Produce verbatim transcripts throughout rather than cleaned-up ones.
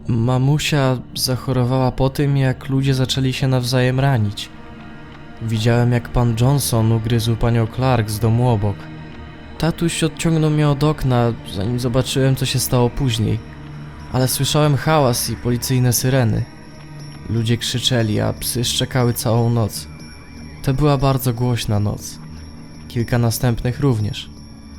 Mamusia zachorowała po tym, jak ludzie zaczęli się nawzajem ranić. Widziałem, jak pan Johnson ugryzł panią Clark z domu obok. Tatuś odciągnął mnie od okna, zanim zobaczyłem, co się stało później. Ale słyszałem hałas i policyjne syreny. Ludzie krzyczeli, a psy szczekały całą noc. To była bardzo głośna noc. Kilka następnych również.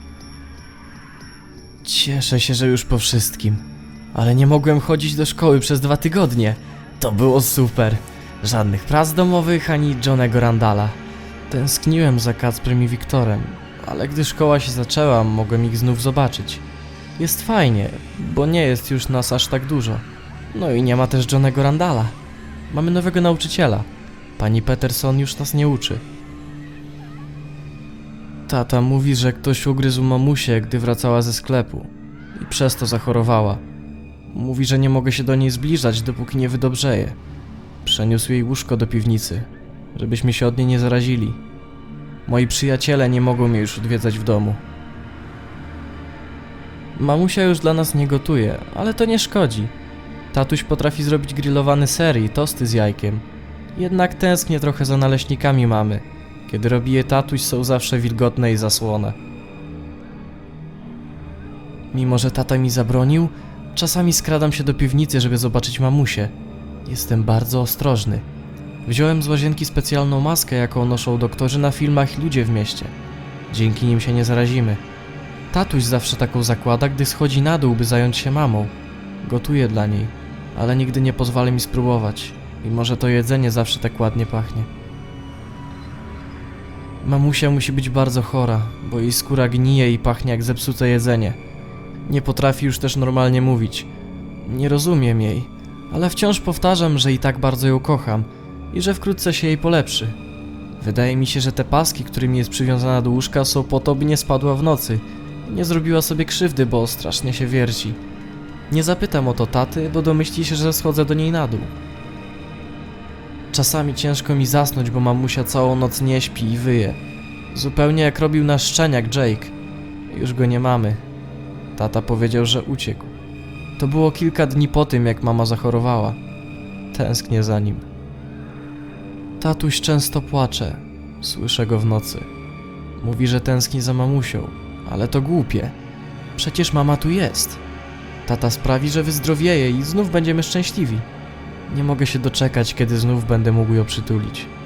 Cieszę się, że już po wszystkim. Ale nie mogłem chodzić do szkoły przez dwa tygodnie. To było super. Żadnych prac domowych, ani Johnego Randalla. Tęskniłem za Kacprem i Wiktorem, ale gdy szkoła się zaczęła, mogłem ich znów zobaczyć. Jest fajnie, bo nie jest już nas aż tak dużo. No i nie ma też Johnego Randalla. Mamy nowego nauczyciela. Pani Peterson już nas nie uczy. Tata mówi, że ktoś ugryzł mamusię, gdy wracała ze sklepu i przez to zachorowała. Mówi, że nie mogę się do niej zbliżać, dopóki nie wydobrzeje. Przeniósł jej łóżko do piwnicy, żebyśmy się od niej nie zarazili. Moi przyjaciele nie mogą mnie już odwiedzać w domu. Mamusia już dla nas nie gotuje, ale to nie szkodzi. Tatuś potrafi zrobić grillowany ser i tosty z jajkiem. Jednak tęsknię trochę za naleśnikami mamy. Kiedy robi je tatuś, są zawsze wilgotne i zasłone. Mimo że tata mi zabronił, czasami skradam się do piwnicy, żeby zobaczyć mamusię. Jestem bardzo ostrożny. Wziąłem z łazienki specjalną maskę, jaką noszą doktorzy na filmach i ludzie w mieście. Dzięki nim się nie zarazimy. Tatuś zawsze taką zakłada, gdy schodzi na dół, by zająć się mamą. Gotuję dla niej, ale nigdy nie pozwala mi spróbować. Mimo że to jedzenie zawsze tak ładnie pachnie. Mamusia musi być bardzo chora, bo jej skóra gnije i pachnie jak zepsute jedzenie. Nie potrafi już też normalnie mówić. Nie rozumiem jej, ale wciąż powtarzam, że i tak bardzo ją kocham i że wkrótce się jej polepszy. Wydaje mi się, że te paski, którymi jest przywiązana do łóżka, są po to, by nie spadła w nocy. Nie zrobiła sobie krzywdy, bo strasznie się wierci. Nie zapytam o to taty, bo domyśli się, że schodzę do niej na dół. Czasami ciężko mi zasnąć, bo mamusia całą noc nie śpi i wyje. Zupełnie jak robił nasz szczeniak Jake. Już go nie mamy. Tata powiedział, że uciekł. To było kilka dni po tym, jak mama zachorowała. Tęsknię za nim. Tatuś często płacze. Słyszę go w nocy. Mówi, że tęskni za mamusią, ale to głupie. Przecież mama tu jest. Tata sprawi, że wyzdrowieje i znów będziemy szczęśliwi. Nie mogę się doczekać, kiedy znów będę mógł ją przytulić.